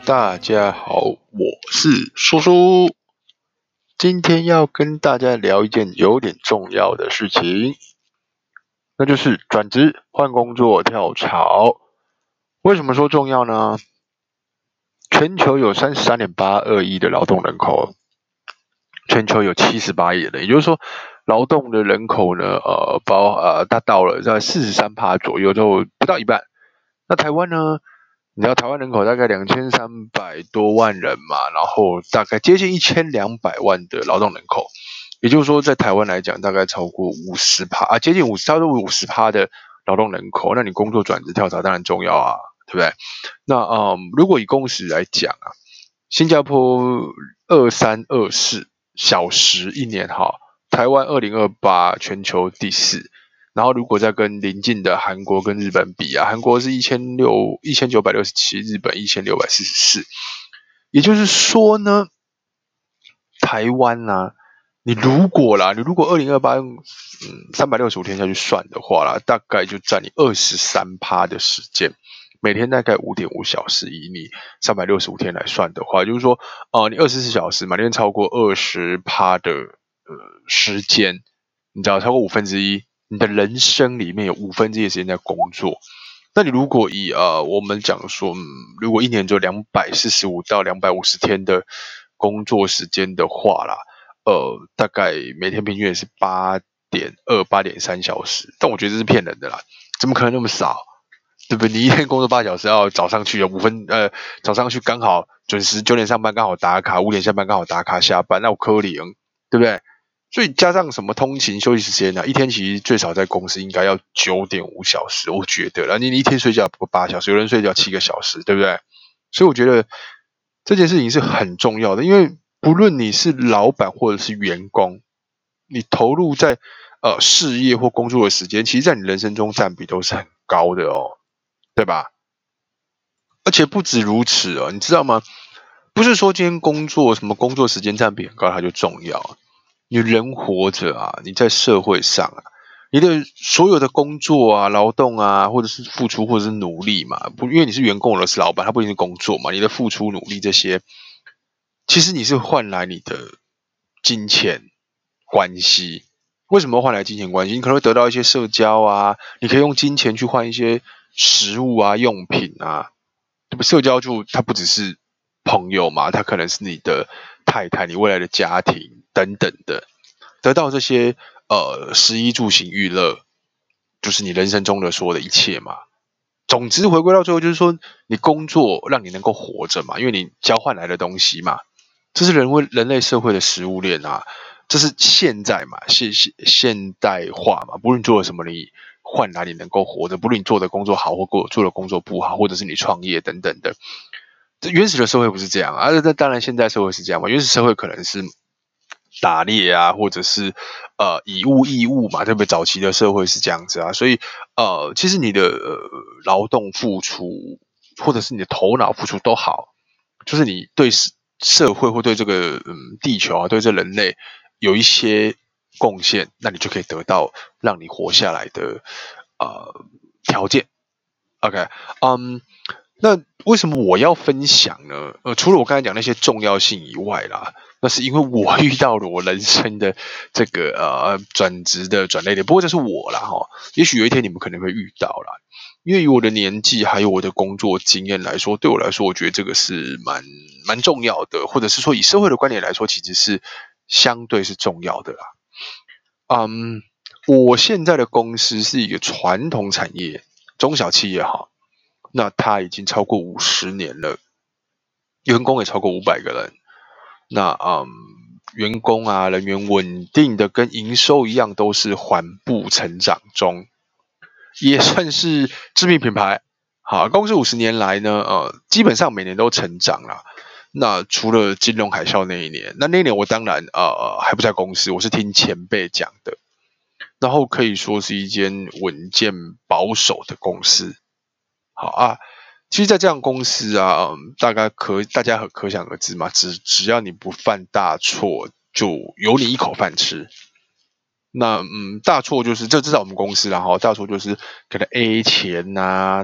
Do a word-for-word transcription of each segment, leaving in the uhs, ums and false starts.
大家好，我是叔叔，今天要跟大家聊一件有点重要的事情，那就是转职、换工作、跳槽。为什么说重要呢？全球有 三十三点八二亿的劳动人口，全球有七十八亿人，也就是说，劳动的人口呢，呃，包呃，达到了在 百分之四十三 左右，就不到一半。那台湾呢？你知道台湾人口大概两千三百多万人嘛，然后大概接近一千两百万的劳动人口，也就是说，在台湾来讲，大概超过五十趴啊，接近五十，差不多五十趴的劳动人口。那你工作转职跳槽当然重要啊，对不对？那嗯，如果以工时来讲啊，新加坡二三二四小时一年哈，台湾二零二八全球第四。然后如果再跟邻近的韩国跟日本比啊，韩国是一千六一千九百六十七，日本一千六百四十四，也就是说呢，台湾呢、啊，你如果啦，你如果二零二八用嗯三百六十五天下去算的话啦，大概就占你二十三趴的时间，每天大概五点五小时，以你三百六十五天来算的话，就是说，呃，你二十四小时嘛，每天超过二十趴的呃时间，你知道超过五分之一。你的人生里面有五分之一的时间在工作，那你如果以呃我们讲说，嗯，如果一年只有两百四十五到两百五十天的工作时间的话啦，呃，大概每天平均也是八点二、八点三小时，但我觉得这是骗人的啦，怎么可能那么少？对不对？你一天工作八小时，要早上去有五分呃，早上去刚好准时九点上班，刚好打卡，五点下班刚好打卡下班，那我可怜，对不对？所以加上什么通勤休息时间呢、啊？一天其实最少在公司应该要九点五小时，我觉得啦。你一天睡觉不过八小时，有人睡觉七个小时，对不对？所以我觉得这件事情是很重要的，因为不论你是老板或者是员工，你投入在呃事业或工作的时间，其实在你人生中占比都是很高的哦，对吧？而且不止如此哦，你知道吗？不是说今天工作什么工作时间占比很高，它就重要。你人活着啊，你在社会上啊，你的所有的工作啊、劳动啊，或者是付出或者是努力嘛，不，因为你是员工，而是老板，他不一定是工作嘛，你的付出努力这些，其实你是换来你的金钱关系。为什么换来金钱关系？你可能会得到一些社交啊，你可以用金钱去换一些食物啊、用品啊，对不？社交就它不只是朋友嘛，它可能是你的太太、你未来的家庭等等的，得到这些呃食衣住行娱乐，就是你人生中的所有的一切嘛。总之，回归到最后，就是说，你工作让你能够活着嘛，因为你交换来的东西嘛，这是人为人类社会的食物链啊，这是现在嘛，现现现代化嘛，不论你做了什么，你换来你能够活着，不论你做的工作好或做的工作不好，或者是你创业等等的。这原始的社会不是这样啊，那当然现在社会是这样嘛，原始社会可能是打猎啊，或者是呃以物易物嘛，特别早期的社会是这样子啊，所以呃，其实你的呃劳动付出，或者是你的头脑付出都好，就是你对社会或对这个嗯地球啊，对这人类有一些贡献，那你就可以得到让你活下来的呃条件。OK， 嗯，那为什么我要分享呢？呃，除了我刚才讲那些重要性以外啦，那是因为我遇到了我人生的这个呃转职的转捩点。不过这是我啦哈，也许有一天你们可能会遇到啦。因为以我的年纪还有我的工作经验来说，对我来说，我觉得这个是蛮蛮重要的，或者是说以社会的观点来说，其实是相对是重要的啦。嗯，我现在的公司是一个传统产业，中小企业哈，那它已经超过五十年了，员工也超过五百个人。那嗯，员工啊，人员稳定的跟营收一样，都是缓步成长中，也算是知名品牌。好，公司五十年来呢，呃，基本上每年都成长了。那除了金融海啸那一年，那那一年我当然呃还不在公司，我是听前辈讲的。然后可以说是一间稳健保守的公司。好啊，其实，在这样公司啊，嗯、大概可大家很可想而知嘛，只只要你不犯大错，就有你一口饭吃。那嗯，大错就是这至少我们公司啦哈，大错就是可能 A 钱呐、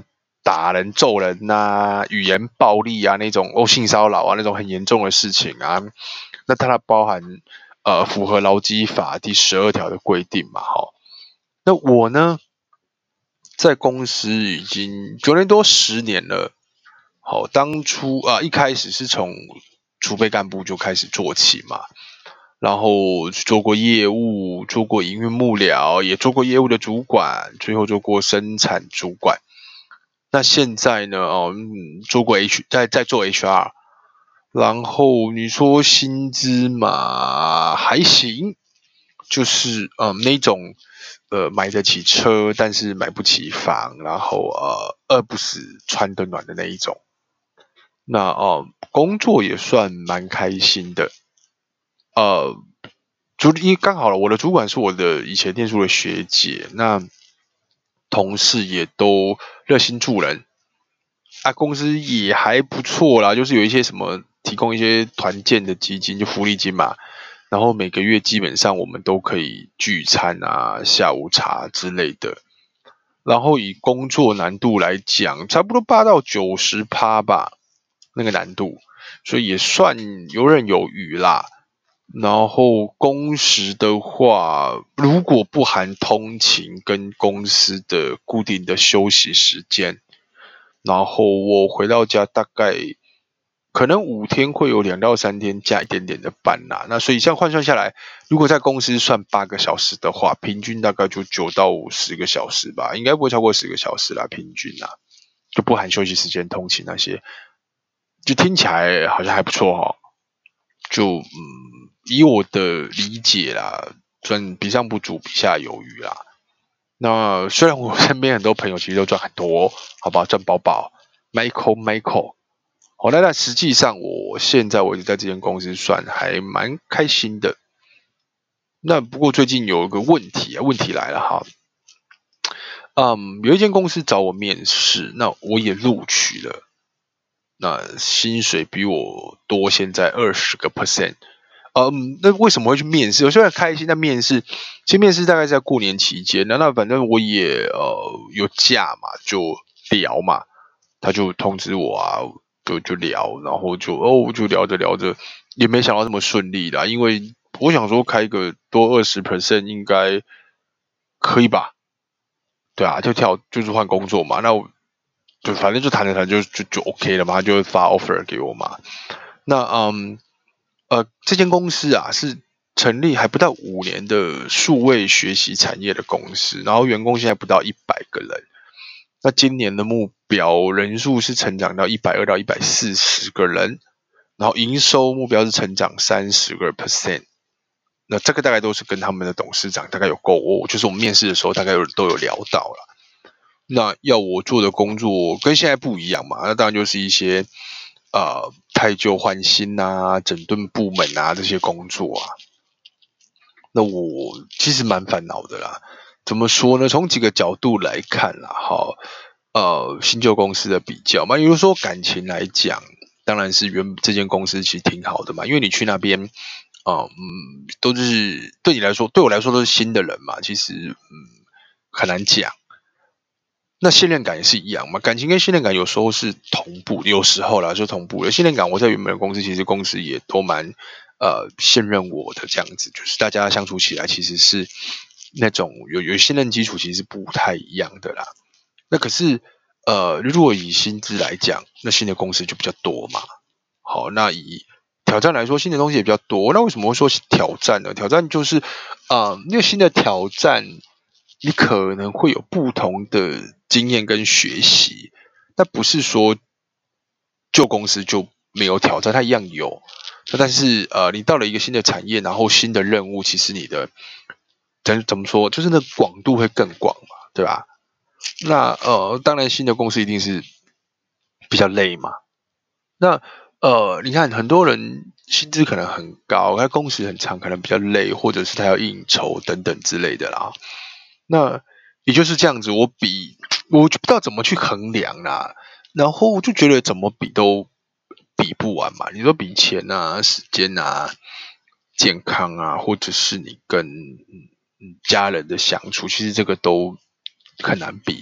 打人、揍人呐、语言暴力啊那种，哦性骚扰啊那种很严重的事情啊，那它包含呃符合劳基法第十二条的规定嘛，哈。那我呢，在公司已经九年多十年了，好，当初啊一开始是从储备干部就开始做起嘛。然后做过业务，做过营运幕僚，也做过业务的主管，最后做过生产主管。那现在呢？哦，嗯、做过 H，在在做 H R。然后你说薪资嘛，还行，就是呃那种呃买得起车，但是买不起房，然后呃饿不死穿得暖的那一种。那哦、呃，工作也算蛮开心的。呃，主因为刚好了，我的主管是我的以前念书的学姐，那同事也都热心助人啊，公司也还不错啦，就是有一些什么提供一些团建的基金，就福利金嘛，然后每个月基本上我们都可以聚餐啊、下午茶之类的，然后以工作难度来讲，差不多八到九十趴吧，那个难度，所以也算游刃有余啦。然后工时的话，如果不含通勤跟公司的固定的休息时间，然后我回到家大概可能五天会有两到三天加一点点的班啦。那所以这样换算下来，如果在公司算八个小时的话，平均大概就九到十个小时吧，应该不会超过十个小时啦，平均啦，就不含休息时间、通勤那些，就听起来好像还不错哈、哦。就嗯，以我的理解啦，算比上不足，比下有余啦。那虽然我身边很多朋友其实都赚很多，好吧，赚饱饱，Michael Michael，好，那但实际上我现在我就在这间公司算还蛮开心的。那不过最近有一个问题啊，问题来了哈，嗯，有一间公司找我面试，那我也录取了，那薪水比我多，现在二十个 percent。嗯，那为什么会去面试？我虽然开心，但面试，其实面试大概在过年期间，那那反正我也呃有假嘛，就聊嘛，他就通知我啊，就就聊，然后就哦就聊着聊着，也没想到这么顺利啦，因为我想说开个多二十 percent 应该可以吧？对啊，就跳就是换工作嘛，那我就反正就谈了谈就就就 OK 了嘛，他就会发 offer 给我嘛。那嗯呃，这间公司啊是成立还不到五年的数位学习产业的公司，然后员工现在不到一百个人。那今年的目标人数是成长到一百二到一百四十个人，然后营收目标是成长三十个 percent。那这个大概都是跟他们的董事长大概有够哦，就是我们面试的时候大概有都有聊到了。那要我做的工作跟现在不一样嘛，那当然就是一些呃汰旧换新啊、整顿部门啊这些工作啊。那我其实蛮烦恼的啦。怎么说呢？从几个角度来看啦，哈，呃，新旧公司的比较嘛，比如说感情来讲，当然是原这间公司其实挺好的嘛，因为你去那边，呃、嗯，都是对你来说，对我来说都是新的人嘛，其实嗯很难讲。那信任感也是一样嘛，感情跟信任感有时候是同步，有时候啦就同步的。信任感我在原本的公司，其实公司也都蛮呃信任我的这样子，就是大家相处起来其实是那种有有信任基础，其实不太一样的啦。那可是呃，如果以薪资来讲，那新的公司就比较多嘛。好，那以挑战来说，新的东西也比较多。那为什么会说挑战呢？挑战就是啊、呃，因为新的挑战。你可能会有不同的经验跟学习，但不是说旧公司就没有挑战，它一样有。但是呃，你到了一个新的产业，然后新的任务，其实你的怎怎么说，就是那广度会更广嘛，对吧？那呃，当然新的公司一定是比较累嘛。那呃，你看很多人薪资可能很高，他工时很长，可能比较累，或者是他要应酬等等之类的啦。那也就是这样子，我比我就不知道怎么去衡量啦，然后我就觉得怎么比都比不完嘛。你说比钱啊、时间啊、健康啊，或者是你跟嗯家人的相处，其实这个都很难比。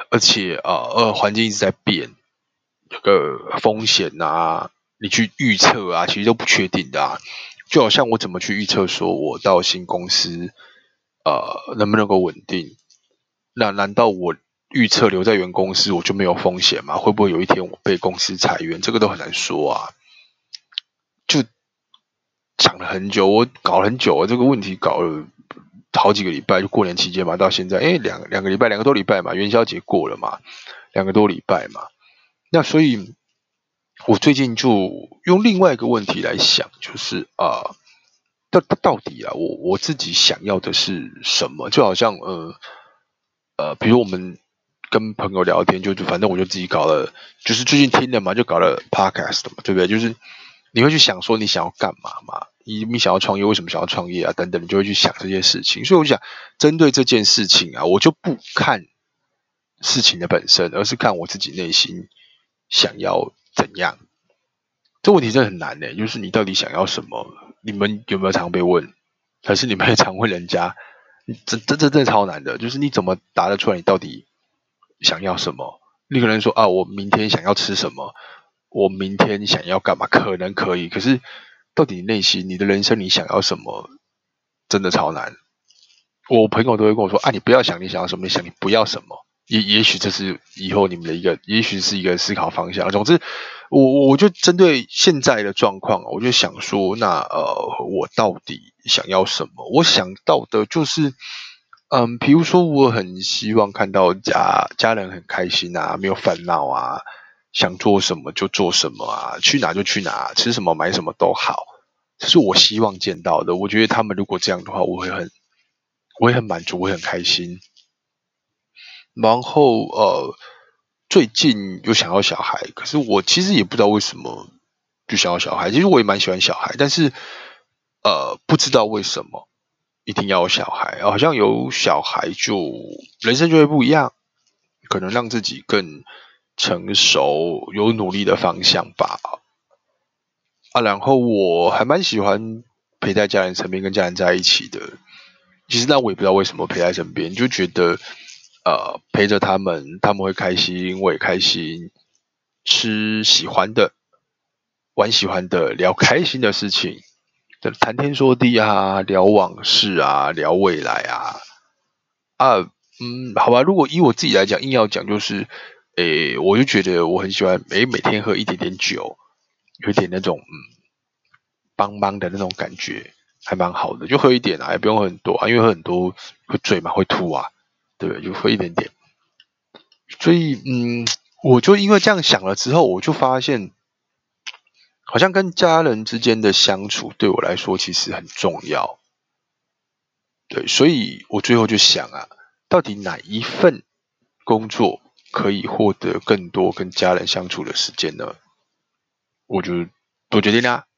而且呃呃环境一直在变，这个风险啊，你去预测啊，其实都不确定的啊。就好像我怎么去预测说我到新公司呃能不能够稳定？那难道我预测留在原公司我就没有风险吗？会不会有一天我被公司裁员？这个都很难说啊。就想了很久，我搞了很久啊，这个问题搞了好几个礼拜，就过年期间嘛，到现在，哎，两两个礼拜，两个多礼拜嘛，元宵节过了嘛，两个多礼拜嘛。那所以，我最近就用另外一个问题来想，就是啊，到到底啊，我我自己想要的是什么？就好像呃呃，比如我们跟朋友聊天，就就反正我就自己搞了，就是最近听的嘛，就搞了 podcast 嘛，对不对？就是你会去想说你想要干嘛嘛？你你想要创业，为什么想要创业啊？等等，你就会去想这些事情。所以我就想，针对这件事情啊，我就不看事情的本身，而是看我自己内心想要怎样。这问题真的很难呢、欸就是你到底想要什么？你们有没有常被问？还是你们也常问人家？这这这真的超难的，就是你怎么答得出来你到底想要什么？你可能说啊，我明天想要吃什么，我明天想要干嘛，可能可以，可是到底内心你的人生你想要什么，真的超难。我朋友都会跟我说啊，你不要想你想要什么，你想你不要什么。也也许这是以后你们的一个，也许是一个思考方向。总之，我我就针对现在的状况，我就想说，那呃，我到底想要什么？我想到的就是，嗯，比如说，我很希望看到家家人很开心啊，没有烦恼啊，想做什么就做什么啊，去哪就去哪，吃什么买什么都好，这是我希望见到的。我觉得他们如果这样的话，我会很，我会很满足，我会很开心。然后呃，最近又想要小孩，可是我其实也不知道为什么就想要小孩。其实我也蛮喜欢小孩，但是呃，不知道为什么一定要有小孩，好像有小孩就人生就会不一样，可能让自己更成熟，有努力的方向吧。啊，然后我还蛮喜欢陪在家人身边，跟家人在一起的。其实那我也不知道为什么陪在身边，就觉得呃陪着他们，他们会开心，我也开心，吃喜欢的，玩喜欢的，聊开心的事情，谈天说地啊，聊往事啊，聊未来啊啊嗯，好吧，如果以我自己来讲，硬要讲就是，诶，我就觉得我很喜欢，诶，每天喝一点点酒，有一点那种嗯邦邦的那种感觉，还蛮好的，就喝一点啊，也不用喝很多啊，因为喝很多会醉嘛，会吐啊，对不对？就喝一点点。所以，嗯，我就因为这样想了之后，我就发现，好像跟家人之间的相处对我来说其实很重要。对，所以我最后就想啊，到底哪一份工作可以获得更多跟家人相处的时间呢？我就做决定啦。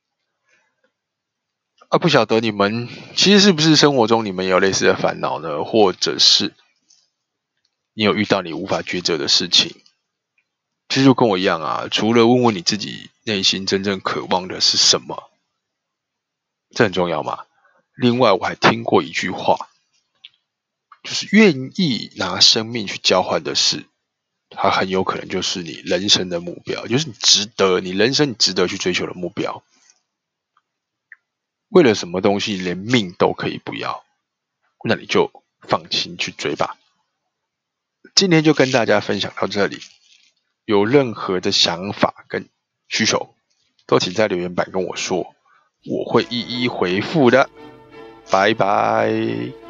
啊，不晓得你们其实是不是生活中你们也有类似的烦恼呢？或者是你有遇到你无法抉择的事情？其实就跟我一样啊，除了问问你自己内心真正渴望的是什么，这很重要嘛。另外，我还听过一句话，就是愿意拿生命去交换的事，它很有可能就是你人生的目标，就是你值得，你人生值得去追求的目标。为了什么东西连命都可以不要，那你就放心去追吧。今天就跟大家分享到这里，有任何的想法跟需求，都请在留言板跟我说，我会一一回复的。拜拜。